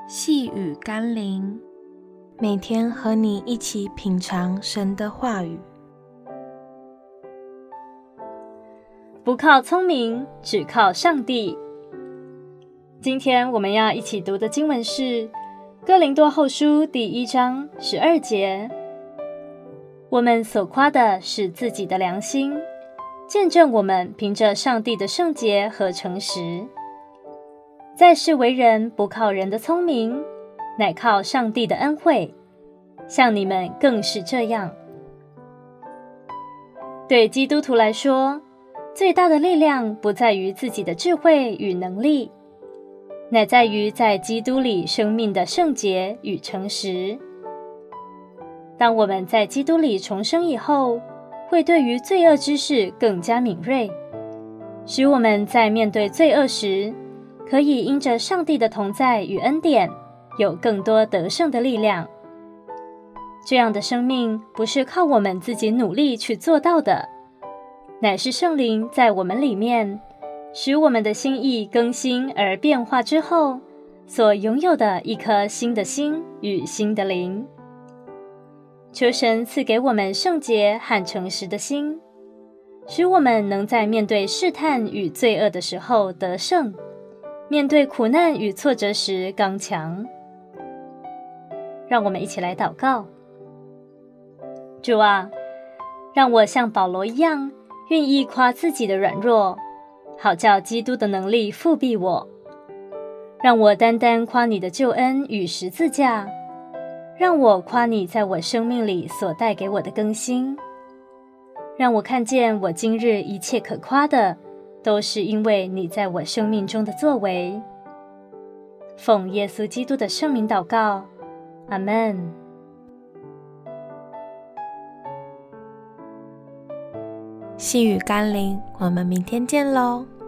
细雨甘霖，每天和你一起品尝神的话语。 不靠聪明，只靠上帝。今天我们要一起读的经文是哥林多后书第1章12节。我们所夸的是自己的良心，见证我们凭着上帝的圣洁和诚实。在世为人，不靠人的聪明，乃靠上帝的恩惠，像你们更是这样。对基督徒来说，最大的力量不在于自己的智慧与能力，乃在于在基督里生命的圣洁与诚实。当我们在基督里重生以后，会对于罪恶之事更加敏锐，使我们在面对罪恶时，可以因着上帝的同在与恩典，有更多得胜的力量。这样的生命不是靠我们自己努力去做到的，乃是圣灵在我们里面，使我们的心意更新而变化之后，所拥有的一颗新的心与新的灵。求神赐给我们圣洁和诚实的心，使我们能在面对试探与罪恶的时候得胜，面对苦难与挫折时刚强。让我们一起来祷告。主啊，让我像保罗一样，愿意夸自己的软弱，好叫基督的能力覆庇我。让我单单夸你的救恩与十字架，让我夸你在我生命里所带给我的更新。让我看见我今日一切可夸的，都是因为你在我生命中的作为。奉耶稣基督的圣名祷告，阿们。 细雨甘霖，我们明天见喽。